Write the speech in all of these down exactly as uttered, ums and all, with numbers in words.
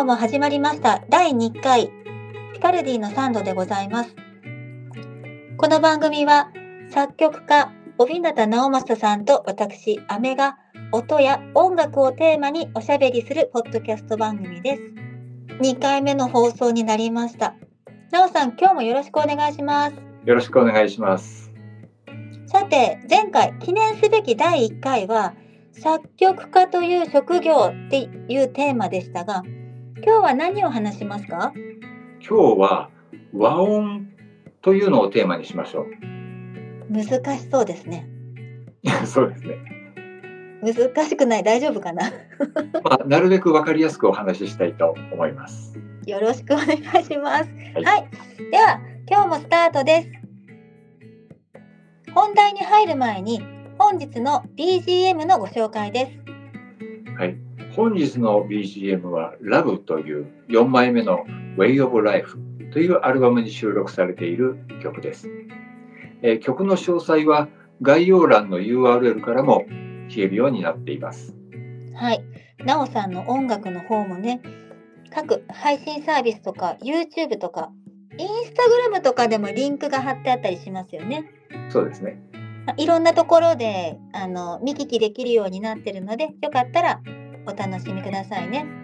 も始まりましただいにかいピカルディのサンドでございます。この番組は作曲家帯名直正さんと私アメが音や音楽をテーマにおしゃべりするポッドキャスト番組です。にかいめの放送になりました。直さん、今日もよろしくお願いします。 よろしくお願いします。 さて、前回記念すべきだいいっかいは作曲家という職業っていうテーマでしたが、今日は何を話しますか？ 今日は和音というのをテーマにしましょう。 難しそうですね。 そうですね。 難しくない？大丈夫かな？ まあ、なるべく分かりやすくお話ししたいと思います。 よろしくお願いします。 はい、 はい、では今日もスタートです。本題に入る前に本日の ビージーエム のご紹介です。 はい、本日の ビージーエム は ラブ というよんまいめの Way of Life というアルバムに収録されている曲です。えー、曲の詳細は概要欄の ユーアールエル からも聞けるようになっています。 はい、なおさんの音楽の方もね、各配信サービスとか YouTube とか Instagram とかでもリンクが貼ってあったりしますよね。 そうですね。 いろんなところであの見聞きできるようになっているので、よかったらお楽しみくださいね。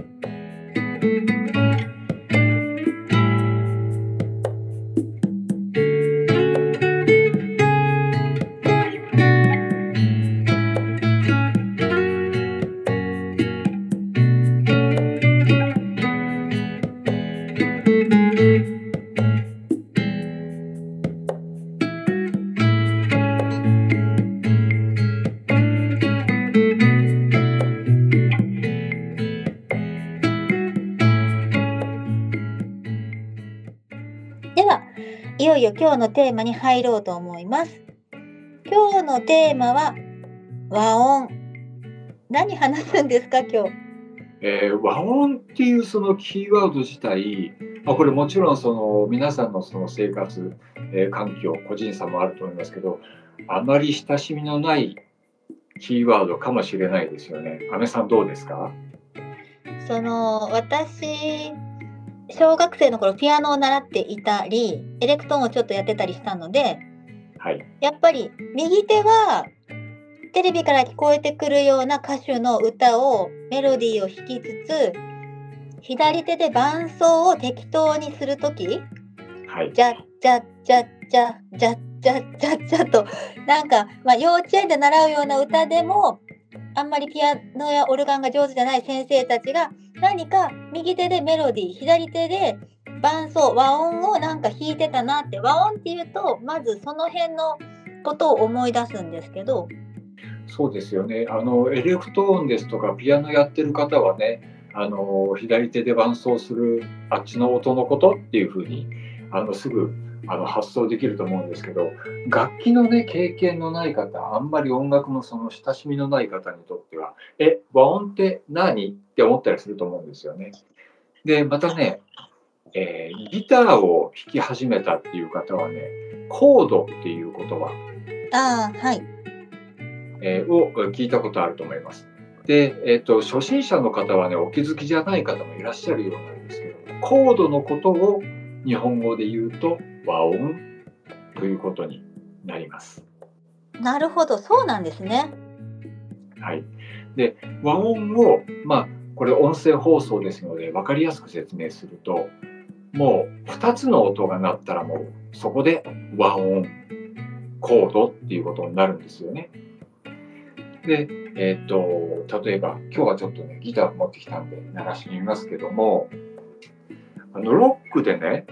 いよいよ今日のテーマに入ろうと思います。今日のテーマは和音。何話すんですか今日？ えー、和音っていうそのキーワード自体、まあ、これもちろんその皆さんのその生活、えー、環境、個人差もあると思いますけど、あまり親しみのないキーワードかもしれないですよね。アメさんどうですか？ その私小学生の頃ピアノを習っていたりエレクトーンをちょっとやってたりしたので、 はい、 やっぱり右手はテレビから聞こえてくるような歌手の歌をメロディーを弾きつつ、左手で伴奏を適当にするとき、 はい、 ジャッジャッジャッジャッジャッジャッジャッジャッとなんか、まあ、幼稚園で習うような歌でもあんまりピアノやオルガンが上手じゃない先生たちが何か右手でメロディー、左手で伴奏、和音をなんか弾いてたなって。和音っていうとまずその辺のことを思い出すんですけど。 そうですよね。あのエレクトーンですとかピアノやってる方はね、あの左手で伴奏するあっちの音のことっていうふうにあのすぐあの発想できると思うんですけど、楽器のね経験のない方、あんまり音楽のその親しみのない方にとっては、え和音って何って思ったりすると思うんですよね。でまたね、えー、ギターを弾き始めたっていう方はね、コードっていう言葉、 ああ、はい、 えー、を聞いたことあると思います。で、えーと、初心者の方はね、お気づきじゃない方もいらっしゃるようなんですけど、コードのことを日本語で言うと和音ということになります。 なるほど、そうなんですね。 はい。で、和音を、まあ、これ音声放送ですので分かりやすく説明すると、もうふたつの音が鳴ったらもうそこで和音、コードっていうことになるんですよね。で、えー、と例えば今日はちょっとねギター持ってきたんで鳴らしてみますけども、あのロックでね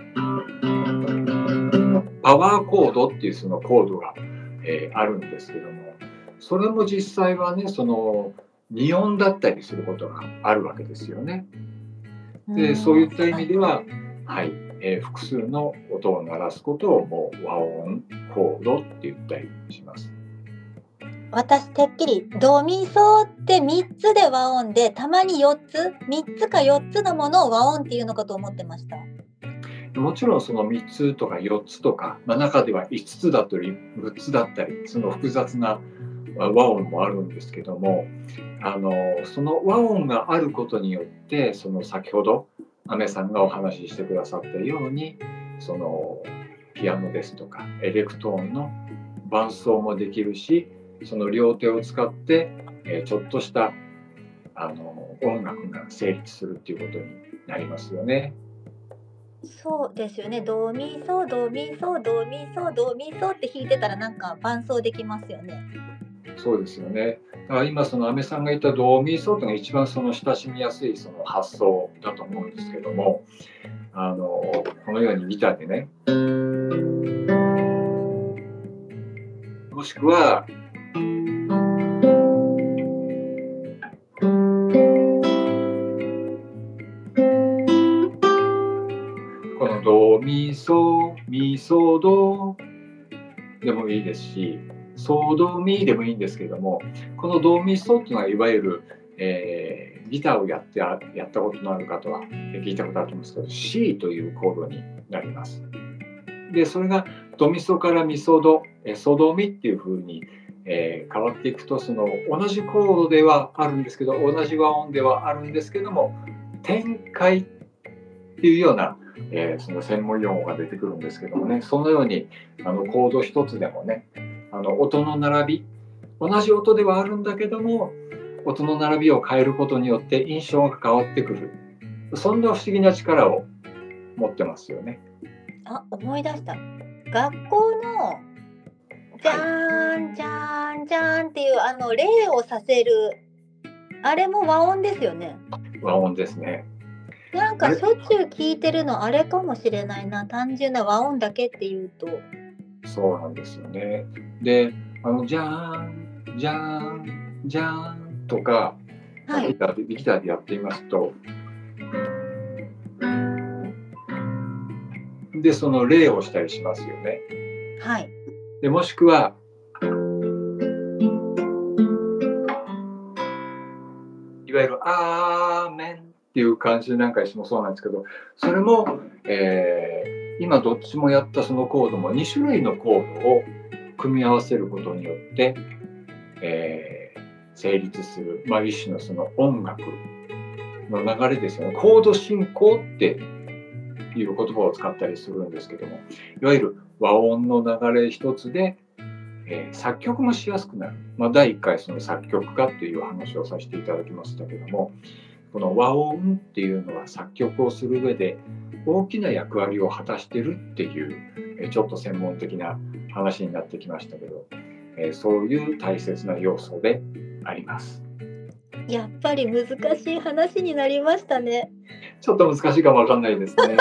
パワーコードっていうそのコードが、えー、あるんですけども、それも実際はねそのに音だったりすることがあるわけですよね。でそういった意味では、はいえー、複数の音を鳴らすことをもう和音コードって言ったりします。 私てっきりドミソってみっつで和音で、たまによっつみっつかよっつのものを和音っていうのかと思ってました。 もちろんそのみっつとかよっつとか、まあ、中ではいつつだったりむっつだったり、その複雑なまあ和音もあるんですけども、あのその和音があることによって、その先ほどアメさんがお話ししてくださったように、そのピアノですとかエレクトーンの伴奏もできるし、その両手を使って、えーちょっとしたあの音楽が成立するっていうことになりますよね。 そうですよね。ドミソドミソドミソドミソって弾いてたらなんか伴奏できますよね。 そうですよね。だから今そのアメさんが言ったドミソというのが一番その親しみやすいその発想だと思うんですけども、あのこのようにギターでね、もしくはこのドミソミソドでもいいですし、ソドミでもいいんですけども、このドミソっていうのはいわゆる、えーギターをやってやったことのある方は聞いたことあると思うんですけど、 C というコードになります。でそれがドミソからミソド、えソドミっていう風に、えー変わっていくと、その同じコードではあるんですけど、同じ和音ではあるんですけども、展開っていうような、えーその専門用語が出てくるんですけどもね、そのようにあのコード一つでもね、あの音の並び、同じ音ではあるんだけども、音の並びを変えることによって印象が変わってくる、そんな不思議な力を持ってますよね。 あ、思い出した。学校のじゃはい、 ーんじゃーんじゃーんっていうあの礼をさせるあれも和音ですよね。 和音ですね。 なんあれ、 かしょっちゅう聞いてるのあれかもしれないな。単純な和音だけっていうと。 そうなんですよね。で、あのじゃーんじゃーんじゃーんとか、 はいギターでギターでやってみますと、でその礼をしたりしますよね。 はい。 でもしくは、いわゆるアーメンっていう感じなんかしてもそうなんですけど、それも、えー今どっちもやったそのコードもに種類のコードを組み合わせることによって、えー成立する、まあ、一種のその音楽の流れですよね。コード進行っていう言葉を使ったりするんですけども、いわゆる和音の流れ一つで、えー作曲もしやすくなる、まあ、だいいっかいその作曲家っていう話をさせていただきましたけども、この和音っていうのは作曲をする上で大きな役割を果たしてるっていう、えーちょっと専門的な話になってきましたけど、えーそういう大切な要素であります。 やっぱり難しい話になりましたね。 ちょっと難しいかもわかんないですね。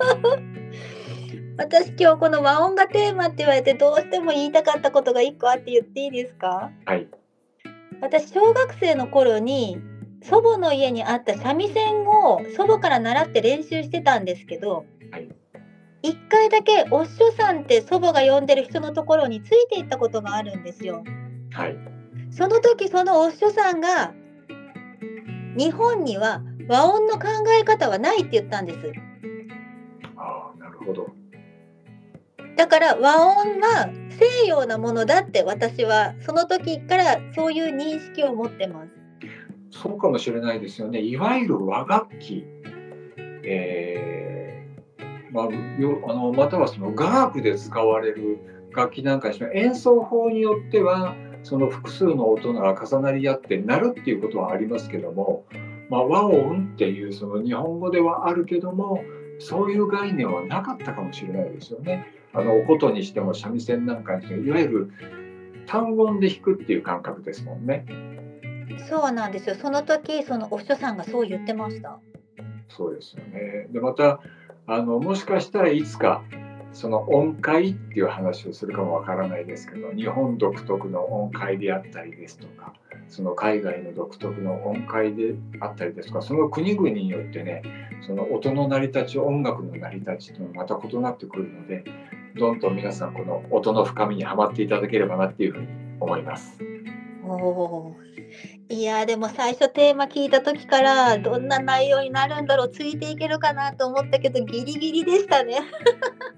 私今日この和音がテーマって言われてどうしても言いたかったことがいっこあって言っていいですか？ はい。 私小学生の頃に祖母の家にあった三味線を祖母から習って練習してたんですけど、 はい。 一回だけお師匠さんって祖母が呼んでる人のところについて行ったことがあるんですよ。 はい。 その時そのお師匠さんが日本には和音の考え方はないって言ったんです。 ああ、なるほど。 だから和音は西洋なものだって私はその時からそういう認識を持ってます。 そうかもしれないですよね。いわゆる和楽器、えーまあ、よあのまたはその雅楽で使われる楽器なんかにしても、演奏法によってはその複数の音が重なり合って鳴るっていうことはありますけども、まあ、和音っていうその日本語ではあるけども、そういう概念はなかったかもしれないですよね。あのお琴にしても三味線なんかにしても、いわゆる単音で弾くっていう感覚ですもんね。 そうなんですよ。その時そのお師匠さんがそう言ってました。 そうですよね。でまたあのもしかしたらいつかその音階っていう話をするかもわからないですけど、日本独特の音階であったりですとか、その海外の独特の音階であったりですとか、その国々によってね、その音の成り立ち、音楽の成り立ちというのはまた異なってくるので、どんどん皆さんこの音の深みにはまっていただければなっていうふうに思います。 おお。いやでも最初テーマ聞いた時からどんな内容になるんだろう、ついていけるかなと思ったけどギリギリでしたね。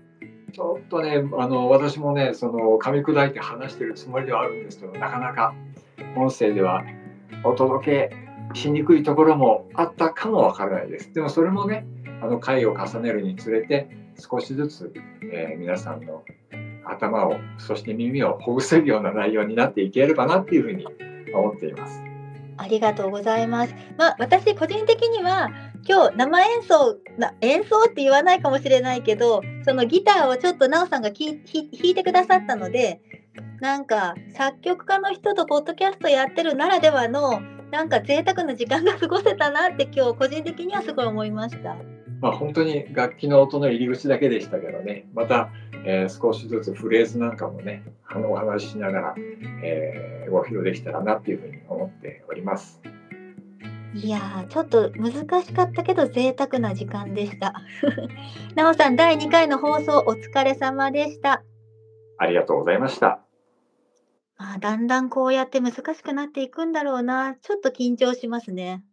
ちょっとね、あの私もね、その噛み砕いて話してるつもりではあるんですけど、なかなか音声ではお届けしにくいところもあったかもわからないです。でもそれもね、あの回を重ねるにつれて少しずつ、えー、皆さんの頭を、そして耳をほぐせるような内容になっていければなっていうふうに思っています。 ありがとうございます。まあ、私個人的には今日生演奏な演奏って言わないかもしれないけど、そのギターをちょっとなおさんがきひ弾いてくださったので、なんか作曲家の人とポッドキャストやってるならではのなんか贅沢な時間が過ごせたなって今日個人的にはすごい思いました。 まあ、本当に楽器の音の入り口だけでしたけどね、また、えー、少しずつフレーズなんかもね、あのお話ししながら、えー、ご披露できたらなっていうふうに思っております。 いやー、ちょっと難しかったけど贅沢な時間でした。なおさん、だいにかいの放送お疲れ様でした。 ありがとうございました。 まあ、だんだんこうやって難しくなっていくんだろうな。ちょっと緊張しますね。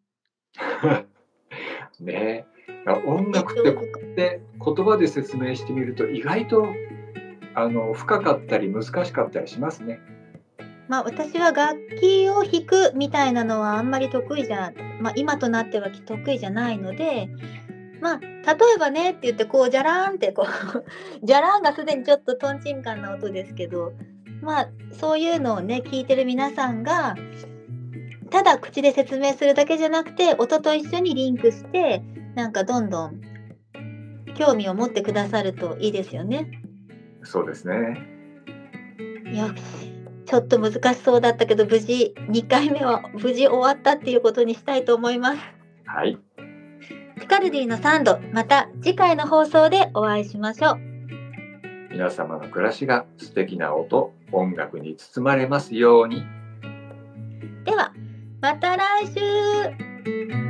ねえ、音楽ってこうやって言葉で説明してみると意外とあの深かったり難しかったりしますね。 まあ、私は楽器を弾くみたいなのはあんまり得意じゃ、まあ、今となっては得意じゃないので、まあ、例えばねって言ってこうじゃらーんってこうじゃらーんがすでにちょっととんちんかんな音ですけど、まあそういうのをね聞いてる皆さんがただ口で説明するだけじゃなくて音と一緒にリンクしてなんかどんどん興味を持ってくださるといいですよね。 そうですね。 よし、ちょっと難しそうだったけど無事にかいめは無事終わったっていうことにしたいと思います。 はい。 ピカルディのサンド、また次回の放送でお会いしましょう。 皆様の暮らしが素敵な音、音楽に包まれますように。 では、また来週。